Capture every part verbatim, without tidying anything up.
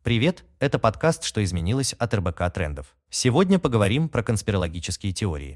Привет, это подкаст «Что изменилось» от эр бэ ка Трендов. Сегодня поговорим про конспирологические теории.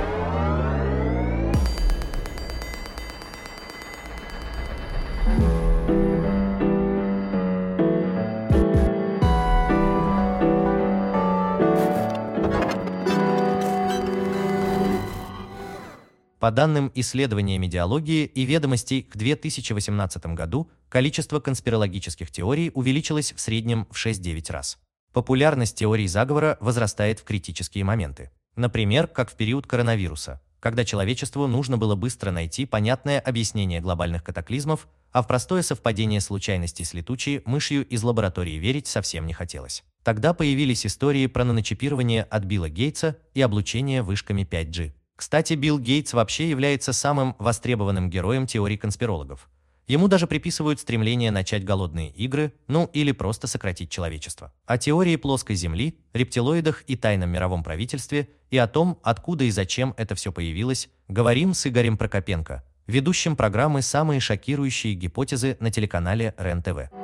По данным исследования медиалогии и ведомостей, к две тысячи восемнадцатому году количество конспирологических теорий увеличилось в среднем в шесть-девять раз. Популярность теорий заговора возрастает в критические моменты. Например, как в период коронавируса, когда человечеству нужно было быстро найти понятное объяснение глобальных катаклизмов, а в простое совпадение случайностей с летучей мышью из лаборатории верить совсем не хотелось. Тогда появились истории про наночипирование от Билла Гейтса и облучение вышками пять джи. Кстати, Билл Гейтс вообще является самым востребованным героем теорий конспирологов. Ему даже приписывают стремление начать голодные игры, ну или просто сократить человечество. О теории плоской Земли, рептилоидах и тайном мировом правительстве и о том, откуда и зачем это все появилось, говорим с Игорем Прокопенко, ведущим программы «Самые шокирующие гипотезы» на телеканале эр эн тэ вэ.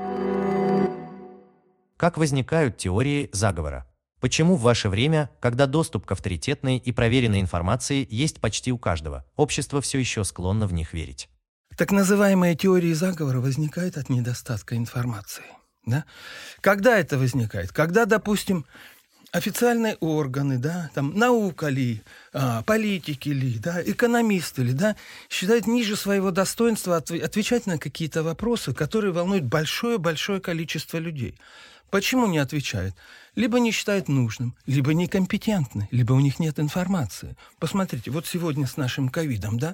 Как возникают теории заговора? Почему в ваше время, когда доступ к авторитетной и проверенной информации есть почти у каждого, общество все еще склонно в них верить? Так называемые теории заговора возникают от недостатка информации. Да? Когда это возникает? Когда, допустим, официальные органы, да, там, наука ли, а, политики ли, да, экономисты ли, да, считают ниже своего достоинства отв- отвечать на какие-то вопросы, которые волнуют большое-большое количество людей. Почему не отвечают? Либо не считают нужным, либо некомпетентны, либо у них нет информации. Посмотрите, вот сегодня с нашим ковидом, да,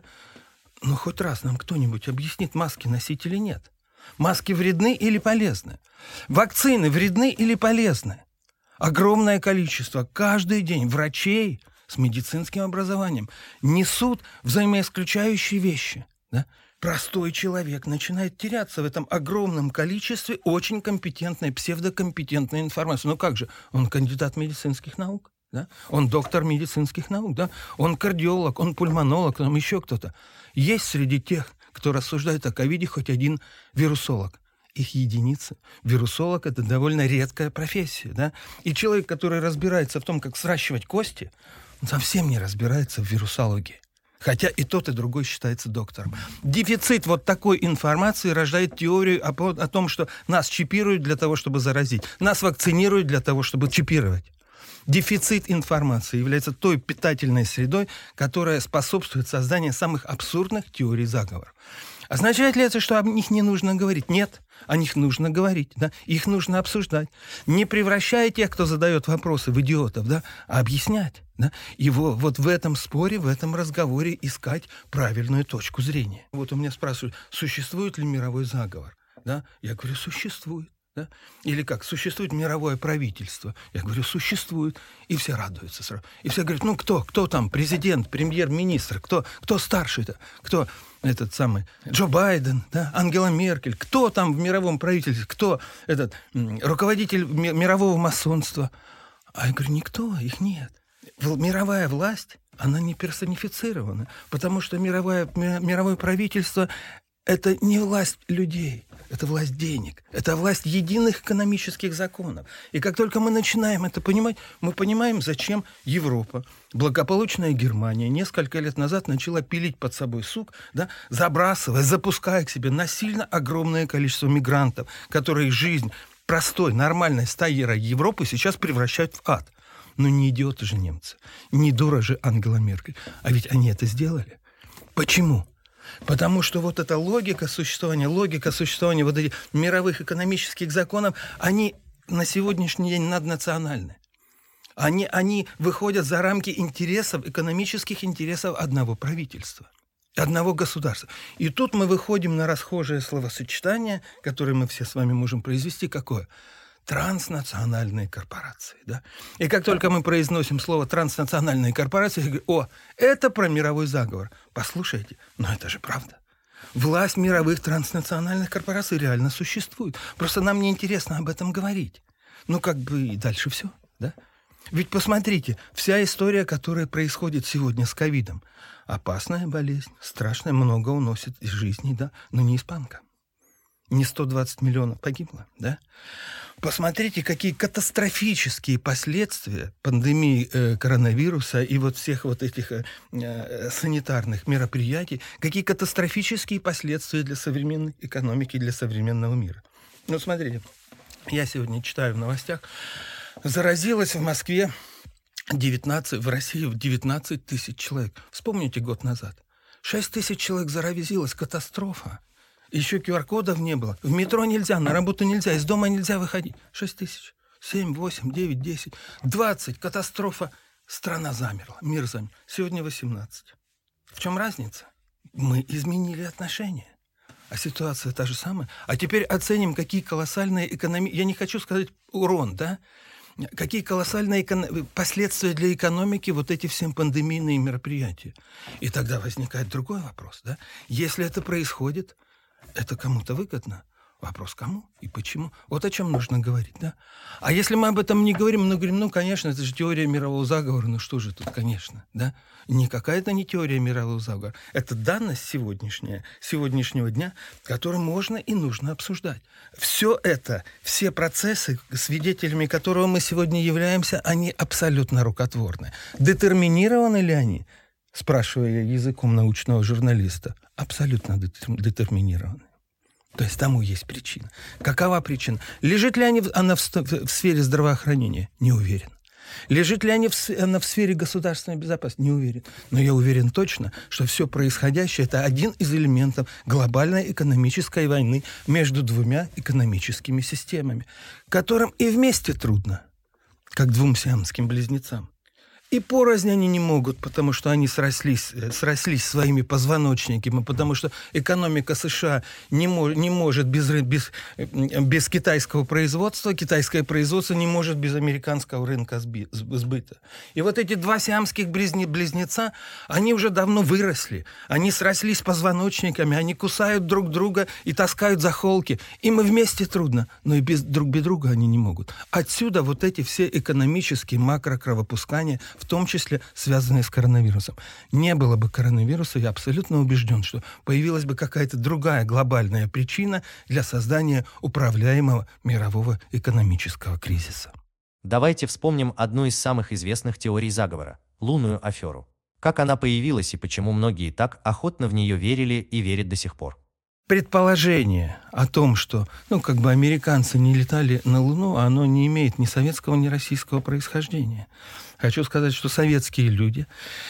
ну хоть раз нам кто-нибудь объяснит, маски носить или нет. Маски вредны или полезны? Вакцины вредны или полезны? Огромное количество, каждый день врачей с медицинским образованием несут взаимоисключающие вещи, да? Простой человек начинает теряться в этом огромном количестве очень компетентной, псевдокомпетентной информации. Ну как же, он кандидат медицинских наук, да? Он доктор медицинских наук, да? Он кардиолог, он пульмонолог, там еще кто-то. Есть среди тех, кто рассуждает о ковиде, хоть один вирусолог. Их единицы. Вирусолог – это довольно редкая профессия, да? И человек, который разбирается в том, как сращивать кости, он совсем не разбирается в вирусологии. Хотя и тот, и другой считается доктором. Дефицит вот такой информации рождает теорию о, о том, что нас чипируют для того, чтобы заразить. Нас вакцинируют для того, чтобы чипировать. Дефицит информации является той питательной средой, которая способствует созданию самых абсурдных теорий заговора. Означает ли это, что о них не нужно говорить? Нет, о них нужно говорить, да? Их нужно обсуждать. Не превращая тех, кто задает вопросы, в идиотов, да? А объяснять. Да? И вот, вот в этом споре, в этом разговоре искать правильную точку зрения. Вот у меня спрашивают, существует ли мировой заговор? Да? Я говорю, существует. Да? Или как, существует мировое правительство? Я говорю, существует. И все радуются сразу. И все говорят, ну кто? Кто там? Президент, премьер-министр? Кто, кто старший-то? Кто этот самый Джо Байден? Да? Ангела Меркель? Кто там в мировом правительстве? Кто этот руководитель ми- мирового масонства? А я говорю, никто, их нет. Мировая власть, она не персонифицирована, потому что мировое, мировое правительство – это не власть людей, это власть денег, это власть единых экономических законов. И как только мы начинаем это понимать, мы понимаем, зачем Европа, благополучная Германия несколько лет назад начала пилить под собой сук, да, забрасывая, запуская к себе насильно огромное количество мигрантов, которые жизнь простой, нормальной стаи Европы сейчас превращают в ад. Но не идиоты же немцы, не дура же Ангела Меркель. А ведь они это сделали. Почему? Потому что вот эта логика существования, логика существования вот этих мировых экономических законов, они на сегодняшний день наднациональны. Они, они выходят за рамки интересов, экономических интересов одного правительства, одного государства. И тут мы выходим на расхожее словосочетание, которое мы все с вами можем произвести, какое? Транснациональные корпорации. Да? И как только мы произносим слово «транснациональные корпорации», я говорю, о, это про мировой заговор. Послушайте, но это же правда. Власть мировых транснациональных корпораций реально существует. Просто нам неинтересно об этом говорить. Ну, как бы и дальше все. Да? Ведь посмотрите, вся история, которая происходит сегодня с ковидом, опасная болезнь, страшная, много уносит из жизни, да, но не испанка. Не сто двадцать миллионов погибло, да? Посмотрите, какие катастрофические последствия пандемии э, коронавируса и вот всех вот этих э, санитарных мероприятий, какие катастрофические последствия для современной экономики, для современного мира. Ну, смотрите, я сегодня читаю в новостях, заразилось в Москве девятнадцать, в России девятнадцать тысяч человек. Вспомните год назад. шесть тысяч человек заразилось, катастрофа. Еще ку ар кодов не было. В метро нельзя, на работу нельзя, из дома нельзя выходить. шесть тысяч. семь, восемь, девять, десять, двадцать. Катастрофа. Страна замерла, мир замер. Сегодня восемнадцать. В чем разница? Мы изменили отношения. А ситуация та же самая. А теперь оценим, какие колоссальные экономи... Я не хочу сказать урон, да? Какие колоссальные эконом... последствия для экономики вот эти все пандемийные мероприятия. И тогда возникает другой вопрос, да? Если это происходит... Это кому-то выгодно? Вопрос кому и почему? Вот о чем нужно говорить, да? А если мы об этом не говорим, мы говорим, ну, конечно, это же теория мирового заговора, ну что же тут, конечно, да? Никакая это не теория мирового заговора. Это данность сегодняшняя, сегодняшнего дня, которую можно и нужно обсуждать. Все это, все процессы, свидетелями которого мы сегодня являемся, они абсолютно рукотворны. Детерминированы ли они? Спрашивая языком научного журналиста, абсолютно детерминированы. То есть тому есть причина. Какова причина? Лежит ли они, она в, в сфере здравоохранения? Не уверен. Лежит ли они в, она в сфере государственной безопасности? Не уверен. Но я уверен точно, что все происходящее – это один из элементов глобальной экономической войны между двумя экономическими системами, которым и вместе трудно, как двум сиамским близнецам. И порознь они не могут, потому что они срослись, срослись своими позвоночниками, потому что экономика США не, мож, не может без, без, без китайского производства, китайское производство не может без американского рынка сбыта. И вот эти два сиамских близнеца, они уже давно выросли, они срослись позвоночниками, они кусают друг друга и таскают за холки. Им и вместе трудно, но и без, друг без друга они не могут. Отсюда вот эти все экономические макрокровопускания, в том числе связанные с коронавирусом. Не было бы коронавируса, я абсолютно убежден, что появилась бы какая-то другая глобальная причина для создания управляемого мирового экономического кризиса. Давайте вспомним одну из самых известных теорий заговора – лунную аферу. Как она появилась и почему многие так охотно в нее верили и верят до сих пор. Предположение о том, что ну, как бы американцы не летали на Луну, оно не имеет ни советского, ни российского происхождения. Хочу сказать, что советские люди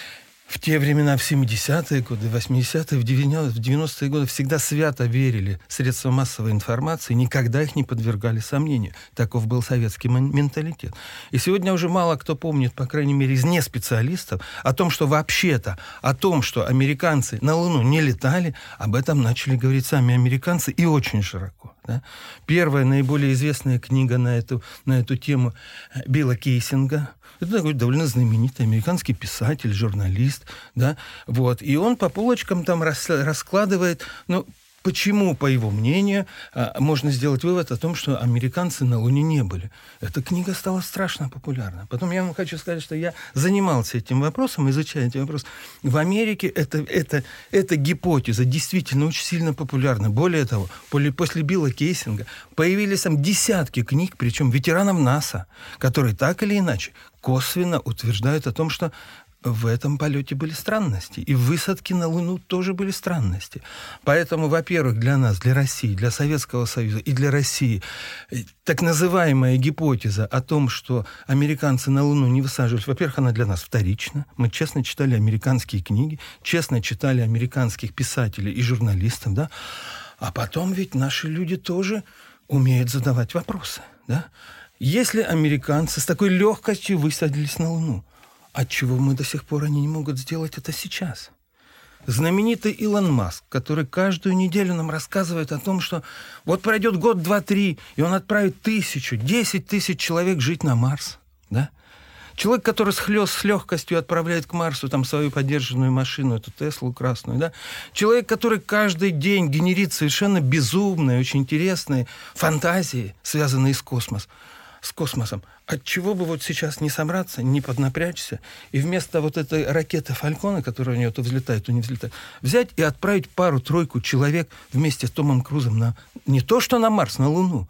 в те времена, в семидесятые годы, восьмидесятые, в девяностые годы всегда свято верили в средства массовой информации, никогда их не подвергали сомнению. Таков был советский менталитет. И сегодня уже мало кто помнит, по крайней мере, из неспециалистов, о том, что вообще-то, о том, что американцы на Луну не летали, об этом начали говорить сами американцы и очень широко. Да? Первая, наиболее известная книга на эту, на эту тему Билла Кейсинга. Это такой довольно знаменитый американский писатель, журналист, да, вот, и он по полочкам там рас, раскладывает, ну, почему, по его мнению, можно сделать вывод о том, что американцы на Луне не были. Эта книга стала страшно популярна. Потом я вам хочу сказать, что я занимался этим вопросом, изучая этим вопросом. В Америке это, это, эта гипотеза действительно очень сильно популярна. Более того, после Билла Кейсинга появились там десятки книг, причем ветеранов НАСА, которые так или иначе косвенно утверждают о том, что в этом полете были странности. И в высадке на Луну тоже были странности. Поэтому, во-первых, для нас, для России, для Советского Союза и для России так называемая гипотеза о том, что американцы на Луну не высаживались, во-первых, она для нас вторична. Мы честно читали американские книги, честно читали американских писателей и журналистов, да? А потом ведь наши люди тоже умеют задавать вопросы, да? Если американцы с такой легкостью высадились на Луну, отчего мы до сих пор они не могут сделать это сейчас? Знаменитый Илон Маск, который каждую неделю нам рассказывает о том, что вот пройдет год, два, три, и он отправит тысячу, десять тысяч человек жить на Марс. Да? Человек, который с, хлёст, с легкостью отправляет к Марсу там, свою подержанную машину, эту Теслу красную. Да? Человек, который каждый день генерит совершенно безумные, очень интересные фантазии, связанные с космосом. с космосом. Отчего бы вот сейчас не собраться, не поднапрячься, и вместо вот этой ракеты «Фалькона», которая у нее то взлетает, то не взлетает, взять и отправить пару-тройку человек вместе с Томом Крузом на не то что на Марс, на Луну.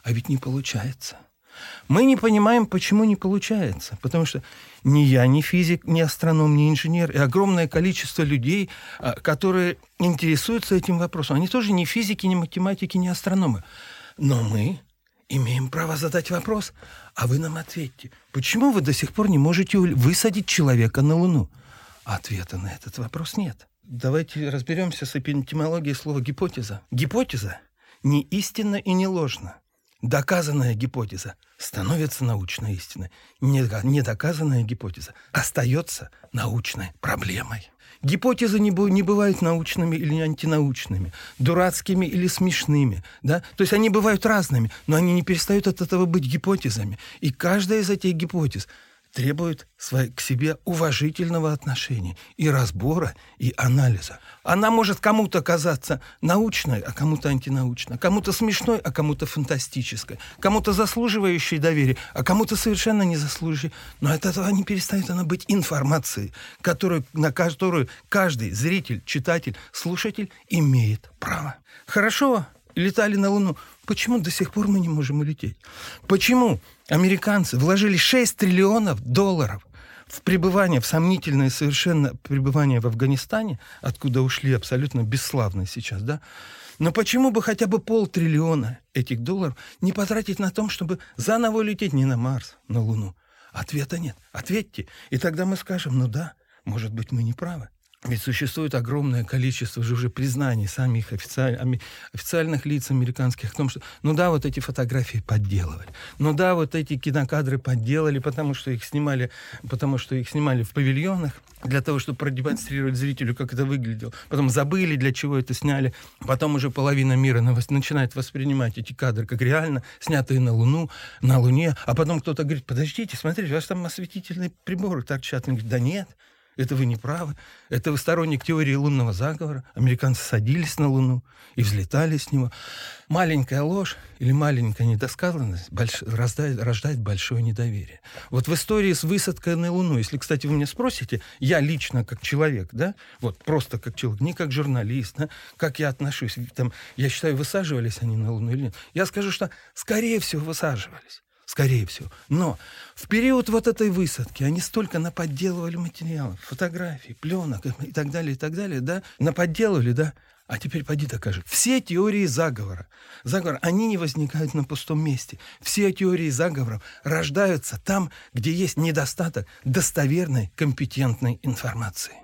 А ведь не получается. Мы не понимаем, почему не получается. Потому что ни я, ни физик, ни астроном, ни инженер, и огромное количество людей, которые интересуются этим вопросом, они тоже не физики, не математики, не астрономы. Но мы имеем право задать вопрос, а вы нам ответьте, почему вы до сих пор не можете высадить человека на Луну? Ответа на этот вопрос нет. Давайте разберемся с этимологией слова «гипотеза». Гипотеза не истинна и не ложна. Доказанная гипотеза становится научной истиной. Недоказанная гипотеза остается научной проблемой. Гипотезы не, бу- не бывают научными или антинаучными, дурацкими или смешными. Да? То есть они бывают разными, но они не перестают от этого быть гипотезами. И каждая из этих гипотез требует своей, к себе уважительного отношения и разбора, и анализа. Она может кому-то казаться научной, а кому-то антинаучной, кому-то смешной, а кому-то фантастической, кому-то заслуживающей доверия, а кому-то совершенно не заслуживающей. Но от этого не перестает она быть информацией, которую, на которую каждый зритель, читатель, слушатель имеет право. Хорошо, летали на Луну. Почему до сих пор мы не можем улететь? Почему американцы вложили шесть триллионов долларов в пребывание, в сомнительное совершенно пребывание в Афганистане, откуда ушли абсолютно бесславно сейчас, да? Но почему бы хотя бы полтриллиона этих долларов не потратить на то, чтобы заново лететь не на Марс, на Луну? Ответа нет. Ответьте. И тогда мы скажем, ну да, может быть, мы не правы. Ведь существует огромное количество же уже признаний самих официаль... официальных лиц американских о том, что ну да, вот эти фотографии подделывали. Ну да, вот эти кинокадры подделали, потому что их снимали, потому что их снимали в павильонах, для того, чтобы продемонстрировать зрителю, как это выглядело. Потом забыли, для чего это сняли. Потом уже половина мира начинает воспринимать эти кадры как реально снятые на Луну, на Луне. А потом кто-то говорит, подождите, смотрите, у вас там осветительные приборы торчат. Он говорит, да нет. Это вы не правы. Это вы сторонник теории лунного заговора. Американцы садились на Луну и взлетали с него. Маленькая ложь или маленькая недосказанность больш... рождает, рождает большое недоверие. Вот в истории с высадкой на Луну, если, кстати, вы меня спросите, я лично как человек, да, вот просто как человек, не как журналист, да, как я отношусь, там, я считаю, высаживались они на Луну или нет, я скажу, что, скорее всего, высаживались. Скорее всего. Но в период вот этой высадки они столько наподделывали материалов, фотографий, пленок и так далее, и так далее, да, наподделывали, да, а теперь поди докажи. Все теории заговора, заговор, они не возникают на пустом месте. Все теории заговоров рождаются там, где есть недостаток достоверной, компетентной информации.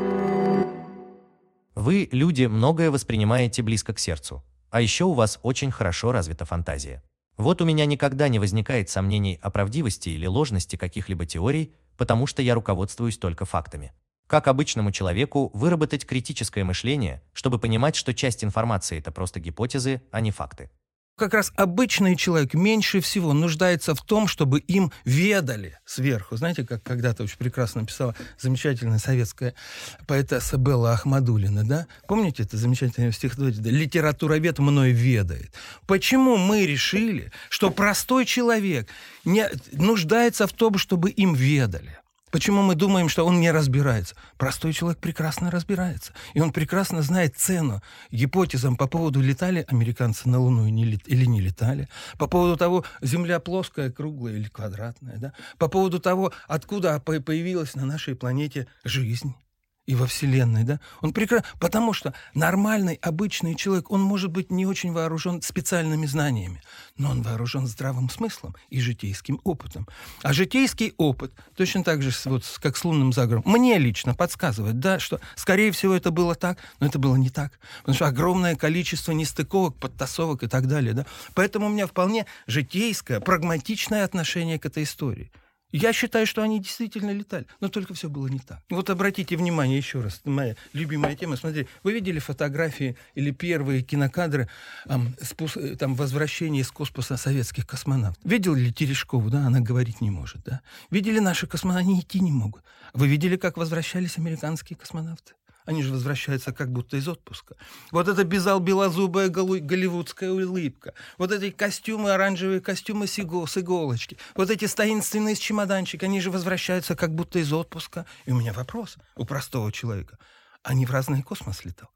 Вы, люди, многое воспринимаете близко к сердцу. А еще у вас очень хорошо развита фантазия. Вот у меня никогда не возникает сомнений о правдивости или ложности каких-либо теорий, потому что я руководствуюсь только фактами. Как обычному человеку выработать критическое мышление, чтобы понимать, что часть информации – это просто гипотезы, а не факты? Как раз обычный человек меньше всего нуждается в том, чтобы им ведали сверху. Знаете, как когда-то очень прекрасно написала замечательная советская поэтесса Белла Ахмадуллина, да? Помните это замечательное стихотворение? Да? «Литературовед мной ведает». Почему мы решили, что простой человек не нуждается в том, чтобы им ведали? Почему мы думаем, что он не разбирается? Простой человек прекрасно разбирается. И он прекрасно знает цену гипотезам по поводу, летали американцы на Луну или не летали, по поводу того, Земля плоская, круглая или квадратная, да? По поводу того, откуда появилась на нашей планете жизнь. И во Вселенной, да? Он прекрасно... Потому что нормальный, обычный человек, он может быть не очень вооружен специальными знаниями, но он вооружен здравым смыслом и житейским опытом. А житейский опыт, точно так же, вот, как с лунным заговором, мне лично подсказывает, да, что, скорее всего, это было так, но это было не так. Потому что огромное количество нестыковок, подтасовок и так далее, да? Поэтому у меня вполне житейское, прагматичное отношение к этой истории. Я считаю, что они действительно летали, но только все было не так. Вот обратите внимание еще раз, моя любимая тема. Смотрите, вы видели фотографии или первые кинокадры эм, спус, там, возвращения из космоса советских космонавтов? Видели ли Терешкову? Да, она говорить не может. Да? Видели наши космонавты? Они идти не могут. Вы видели, как возвращались американские космонавты? Они же возвращаются как будто из отпуска. Вот эта белозубая голливудская улыбка. Вот эти костюмы, оранжевые костюмы с иголочки. Вот эти таинственные с чемоданчик. Они же возвращаются как будто из отпуска. И у меня вопрос у простого человека. А не в разный космос летал?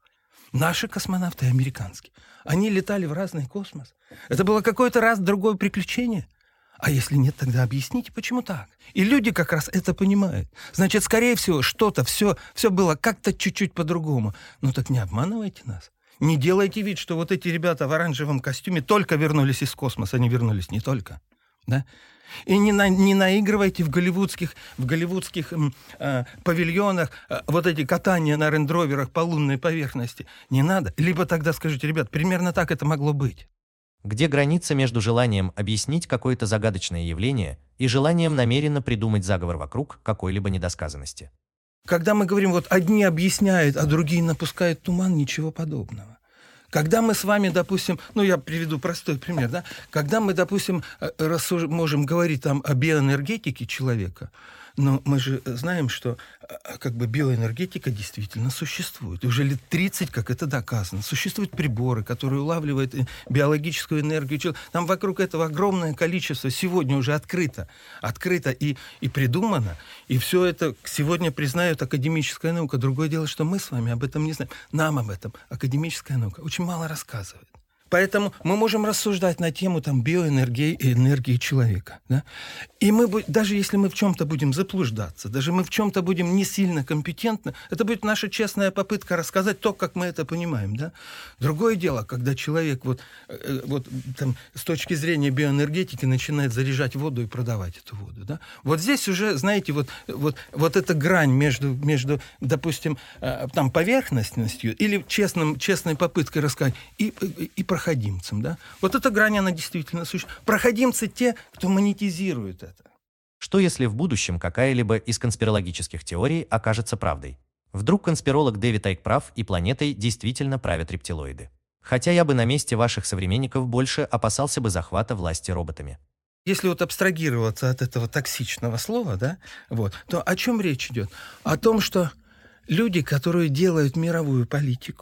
Наши космонавты и американские. Они летали в разный космос. Это было какое-то раз другое приключение. А если нет, тогда объясните, почему так. И люди как раз это понимают. Значит, скорее всего, что-то, все, все было как-то чуть-чуть по-другому. Ну так не обманывайте нас. Не делайте вид, что вот эти ребята в оранжевом костюме только вернулись из космоса. Они вернулись не только. Да? И не, на, не наигрывайте в голливудских, в голливудских э, павильонах э, вот эти катания на рейндроверах по лунной поверхности. Не надо. Либо тогда скажите, ребят, примерно так это могло быть. Где граница между желанием объяснить какое-то загадочное явление и желанием намеренно придумать заговор вокруг какой-либо недосказанности? Когда мы говорим, вот одни объясняют, а другие напускают туман, ничего подобного. Когда мы с вами, допустим, ну, я приведу простой пример, да, когда мы, допустим, рассуж... можем говорить там о биоэнергетике человека, но мы же знаем, что как бы биоэнергетика действительно существует. И уже лет тридцать, как это доказано. Существуют приборы, которые улавливают биологическую энергию. Там вокруг этого огромное количество сегодня уже открыто. Открыто и, и придумано. И все это сегодня признает академическая наука. Другое дело, что мы с вами об этом не знаем. Нам об этом академическая наука очень мало рассказывает. Поэтому мы можем рассуждать на тему там, биоэнергии и энергии человека. Да? И мы, даже если мы в чем-то будем заблуждаться, даже мы в чем-то будем не сильно компетентны, это будет наша честная попытка рассказать то, как мы это понимаем. Да? Другое дело, когда человек вот, вот, там, с точки зрения биоэнергетики начинает заряжать воду и продавать эту воду. Да? Вот здесь уже, знаете, вот, вот, вот эта грань между, между допустим, там, поверхностностью или честным, честной попыткой рассказать и, и, и проходимцам, да? Вот эта грань, она действительно существует. Проходимцы те, кто монетизирует это. Что если в будущем какая-либо из конспирологических теорий окажется правдой? Вдруг конспиролог Дэвид Айк прав, и планетой действительно правят рептилоиды? Хотя я бы на месте ваших современников больше опасался бы захвата власти роботами. Если вот абстрагироваться от этого токсичного слова, да, вот, то о чем речь идет? О том, что люди, которые делают мировую политику,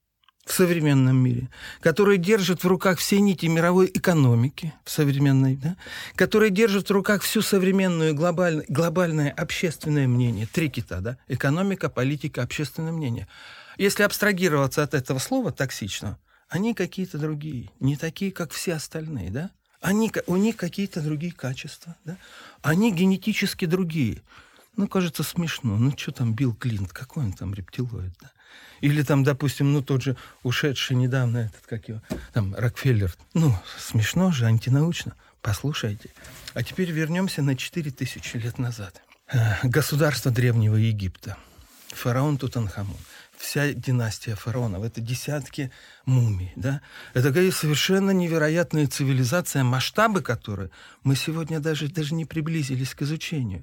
в современном мире, которые держат в руках все нити мировой экономики в современной, да, которые держат в руках всю современную глобаль, глобальное общественное мнение. Три кита, да? Экономика, политика, общественное мнение. Если абстрагироваться от этого слова токсичного, они какие-то другие, не такие, как все остальные, да? Они, у них какие-то другие качества, да? Они генетически другие. Ну, кажется, смешно. Ну, что там Билл Клинтон, какой он там рептилоид, да? Или там, допустим, ну, тот же ушедший недавно этот, как его, там, Рокфеллер. Ну, смешно же, антинаучно. Послушайте. А теперь вернемся на четыре тысячи лет назад. Государство Древнего Египта. Фараон Тутанхамон. Вся династия фараонов. Это десятки мумий, да? Это такая совершенно невероятная цивилизация, масштабы которой мы сегодня даже, даже не приблизились к изучению.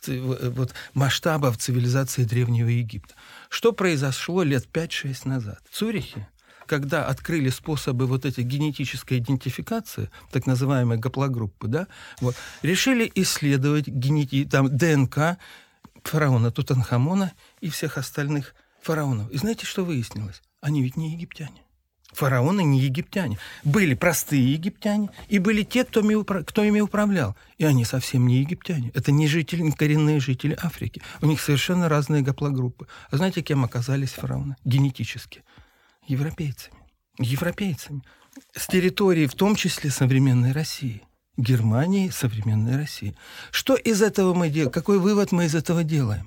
Вот масштабов цивилизации Древнего Египта. Что произошло лет пять-шесть назад? В Цюрихе, когда открыли способы вот этой генетической идентификации, так называемой гаплогруппы, да, вот, решили исследовать генети... там, ДНК фараона Тутанхамона и всех остальных фараонов. И знаете, что выяснилось? Они ведь не египтяне. Фараоны не египтяне. Были простые египтяне, и были те, кто ими, упра... кто ими управлял. И они совсем не египтяне. Это не жители, не коренные жители Африки. У них совершенно разные гаплогруппы. А знаете, кем оказались фараоны? Генетически. Европейцами. Европейцами. С территории, в том числе, современной России. Германии, современной России. Что из этого мы делаем? Какой вывод мы из этого делаем?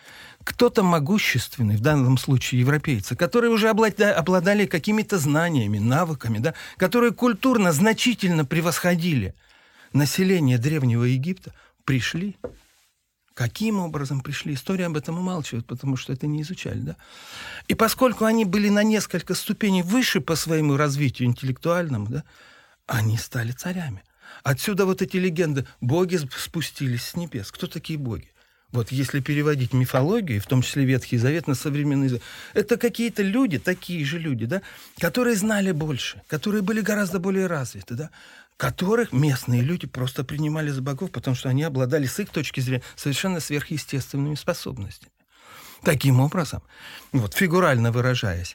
Кто-то могущественный, в данном случае европейцы, которые уже обладали какими-то знаниями, навыками, да, которые культурно значительно превосходили население Древнего Египта, пришли. Каким образом пришли? История об этом умалчивает, потому что это не изучали. Да? И поскольку они были на несколько ступеней выше по своему развитию интеллектуальному, да, они стали царями. Отсюда вот эти легенды. Боги спустились с небес. Кто такие боги? Вот если переводить мифологию, в том числе Ветхий Завет, на современный язык, это какие-то люди, такие же люди, да, которые знали больше, которые были гораздо более развиты, да, которых местные люди просто принимали за богов, потому что они обладали, с их точки зрения, совершенно сверхъестественными способностями. Таким образом, вот, фигурально выражаясь,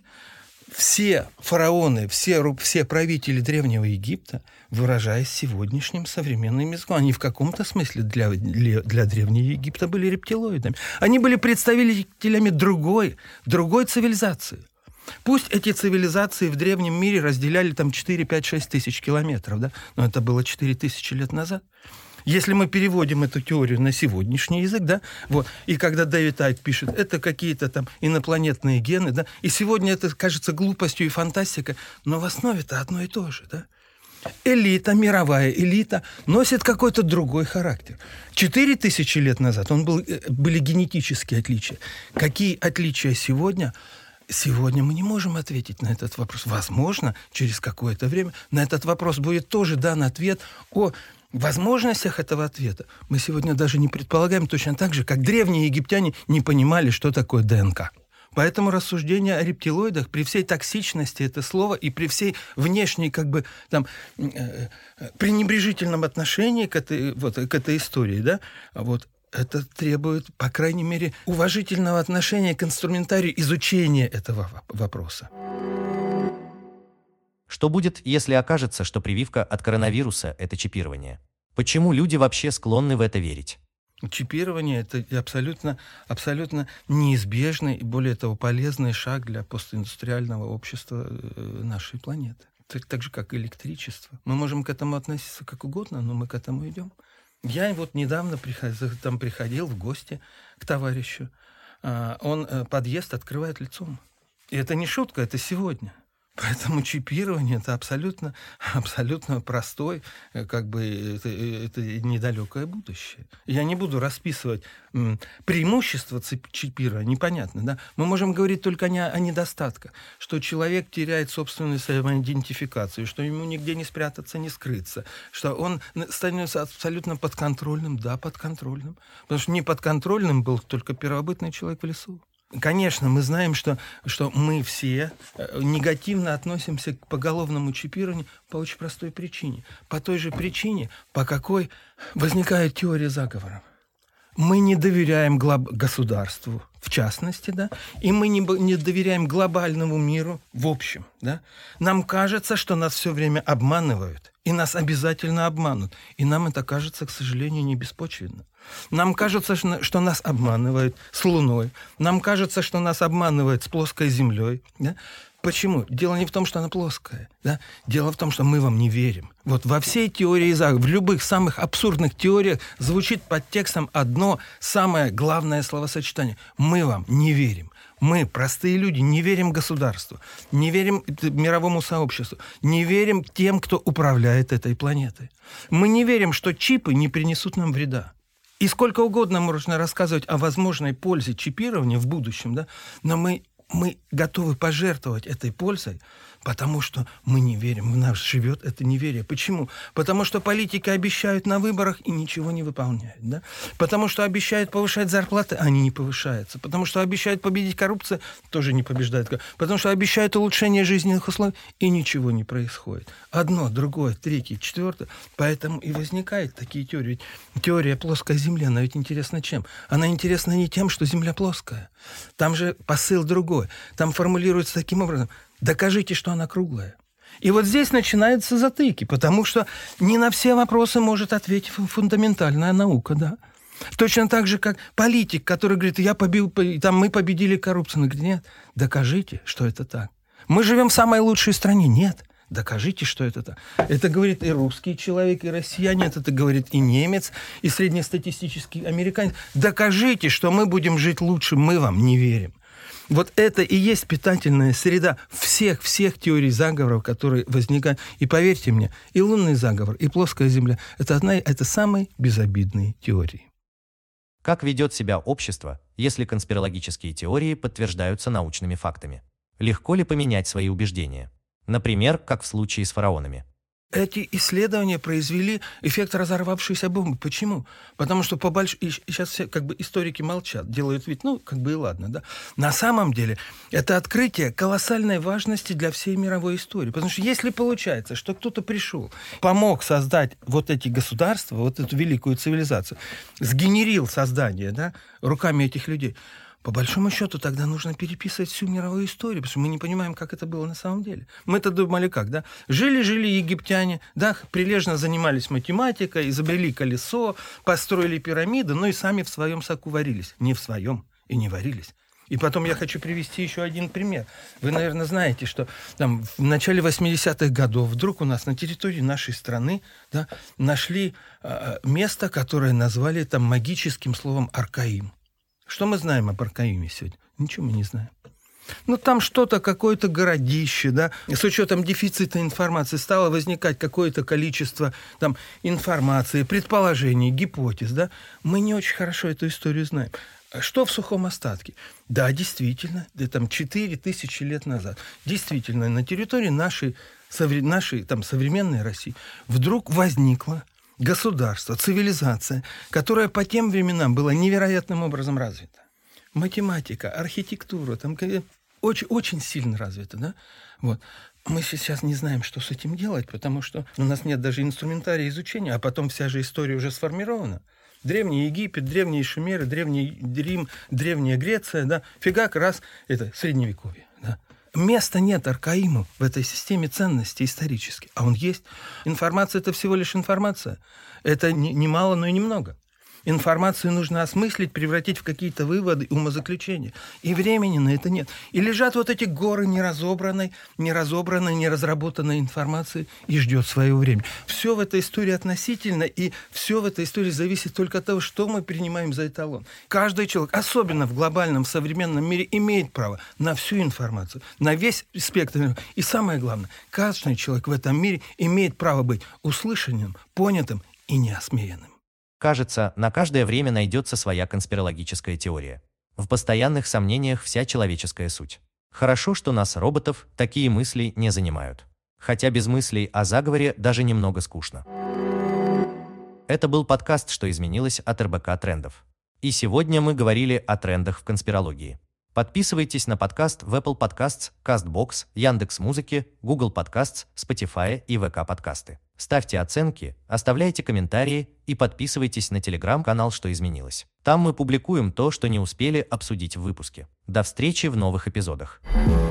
все фараоны, все, все правители Древнего Египта, выражаясь сегодняшним современным языком, они в каком-то смысле для, для, для Древнего Египта были рептилоидами. Они были представителями другой, другой цивилизации. Пусть эти цивилизации в древнем мире разделяли там четыре, пять, шесть тысяч километров, да? Но это было четыре тысячи лет назад. Если мы переводим эту теорию на сегодняшний язык, да, вот, и когда Дэвид Айк пишет, это какие-то там инопланетные гены, да, и сегодня это кажется глупостью и фантастикой, но в основе-то одно и то же, да. Элита, мировая элита, носит какой-то другой характер. Четыре тысячи лет назад он был, были генетические отличия. Какие отличия сегодня? Сегодня мы не можем ответить на этот вопрос. Возможно, через какое-то время на этот вопрос будет тоже дан ответ о возможностях этого ответа. Мы сегодня даже не предполагаем точно так же, как древние египтяне не понимали, что такое ДНК. Поэтому рассуждения о рептилоидах при всей токсичности этого слова и при всей внешней как бы там э, пренебрежительном отношении к этой, вот, к этой истории, да, вот, это требует, по крайней мере, уважительного отношения к инструментарию изучения этого вопроса. Что будет, если окажется, что прививка от коронавируса – это чипирование? Почему люди вообще склонны в это верить? Чипирование – это абсолютно, абсолютно неизбежный и, более того, полезный шаг для постиндустриального общества нашей планеты. Так, так же, как электричество. Мы можем к этому относиться как угодно, но мы к этому идем. Я вот недавно приходил, там приходил в гости к товарищу. Он подъезд открывает лицом. И это не шутка, это сегодня. Поэтому чипирование – это абсолютно, абсолютно простой, как бы, это, это недалекое будущее. Я не буду расписывать м, преимущества чипирования, непонятно, да? Мы можем говорить только не о, о недостатках, что человек теряет собственную самоидентификацию, что ему нигде не спрятаться, не скрыться, что он становится абсолютно подконтрольным, да, подконтрольным, потому что неподконтрольным был только первобытный человек в лесу. Конечно, мы знаем, что, что мы все негативно относимся к поголовному чипированию по очень простой причине. По той же причине, по какой возникает теория заговора. Мы не доверяем глоб... государству, в частности, да, и мы не, не доверяем глобальному миру в общем, да. Нам кажется, что нас все время обманывают, и нас обязательно обманут. И нам это кажется, к сожалению, не беспочвенно. Нам кажется, что нас обманывают с Луной. Нам кажется, что нас обманывают с плоской Землей. Да? Почему? Дело не в том, что она плоская. Да? Дело в том, что мы вам не верим. Вот во всей теории заговора, в любых самых абсурдных теориях звучит под текстом одно самое главное словосочетание. Мы вам не верим. Мы, простые люди, не верим государству, не верим мировому сообществу, не верим тем, кто управляет этой планетой. Мы не верим, что чипы не принесут нам вреда. И сколько угодно можно рассказывать о возможной пользе чипирования в будущем, да? Но мы, мы готовы пожертвовать этой пользой, потому что мы не верим, в нас живет это неверие. Почему? Потому что политики обещают на выборах и ничего не выполняют. Да? Потому что обещают повышать зарплаты, а они не повышаются. Потому что обещают победить коррупцию, тоже не побеждают. Потому что обещают улучшение жизненных условий, и ничего не происходит. Одно, другое, третье, четвертое. Поэтому и возникают такие теории. Теория плоской Земли, она ведь интересна чем? Она интересна не тем, что Земля плоская. Там же посыл другой. Там формулируется таким образом: докажите, что она круглая. И вот здесь начинаются затыки, потому что не на все вопросы может ответить фундаментальная наука, да. Точно так же, как политик, который говорит, я побил, там, мы победили коррупцию. Он говорит, нет, докажите, что это так. Мы живем в самой лучшей стране. Нет, докажите, что это так. Это говорит и русский человек, и россиянин, это говорит и немец, и среднестатистический американец. Докажите, что мы будем жить лучше, мы вам не верим. Вот это и есть питательная среда всех-всех теорий заговоров, которые возникают. И поверьте мне, и лунный заговор, и плоская Земля – это одна, это самые безобидные теории. Как ведет себя общество, если конспирологические теории подтверждаются научными фактами? Легко ли поменять свои убеждения? Например, как в случае с фараонами. Эти исследования произвели эффект разорвавшейся бомбы. Почему? Потому что по больш... и сейчас все как бы историки молчат, делают вид, ну, как бы и ладно, да. На самом деле это открытие колоссальной важности для всей мировой истории. Потому что если получается, что кто-то пришел, помог создать вот эти государства, вот эту великую цивилизацию, сгенерил создание, да, руками этих людей, по большому счету, тогда нужно переписывать всю мировую историю, потому что мы не понимаем, как это было на самом деле. Мы-то думали как, да? Жили-жили египтяне, да, прилежно занимались математикой, изобрели колесо, построили пирамиды, но и сами в своем соку варились. Не в своем и не варились. И потом я хочу привести еще один пример. Вы, наверное, знаете, что там, в начале восьмидесятых годов вдруг у нас на территории нашей страны, да, нашли э, место, которое назвали там магическим словом Аркаим. Что мы знаем об Аркаиме сегодня? Ничего мы не знаем. Ну, там что-то, какое-то городище, да, с учетом дефицита информации стало возникать какое-то количество там информации, предположений, гипотез, да. Мы не очень хорошо эту историю знаем. Что в сухом остатке? Да, действительно, да, там четыре тысячи лет назад, действительно, на территории нашей, нашей там, современной России вдруг возникло государство, цивилизация, которая по тем временам была невероятным образом развита. Математика, архитектура, там очень, очень сильно развита, да? Вот. Мы сейчас не знаем, что с этим делать, потому что у нас нет даже инструментария изучения, а потом вся же история уже сформирована. Древний Египет, древние Шумеры, древний Рим, древняя Греция, да, фигак, раз, это средневековье, да. Места нет Аркаиму в этой системе ценностей исторически, а он есть. Информация – это всего лишь информация. Это не, не мало, но и немного. Информацию нужно осмыслить, превратить в какие-то выводы, умозаключения. И времени на это нет. И лежат вот эти горы неразобранной, неразобранной, неразработанной информации и ждет свое время. Все в этой истории относительно, и все в этой истории зависит только от того, что мы принимаем за эталон. Каждый человек, особенно в глобальном современном мире, имеет право на всю информацию, на весь спектр. И самое главное, каждый человек в этом мире имеет право быть услышанным, понятым и неосмеянным. Кажется, на каждое время найдется своя конспирологическая теория. В постоянных сомнениях вся человеческая суть. Хорошо, что нас, роботов, такие мысли не занимают. Хотя без мыслей о заговоре даже немного скучно. Это был подкаст «Что изменилось» от эр бэ ка Трендов. И сегодня мы говорили о трендах в конспирологии. Подписывайтесь на подкаст в Apple Podcasts, CastBox, Яндекс.Музыке, Google Podcasts, Spotify и вэ ка Подкасты. Ставьте оценки, оставляйте комментарии и подписывайтесь на телеграм-канал «Что изменилось». Там мы публикуем то, что не успели обсудить в выпуске. До встречи в новых эпизодах.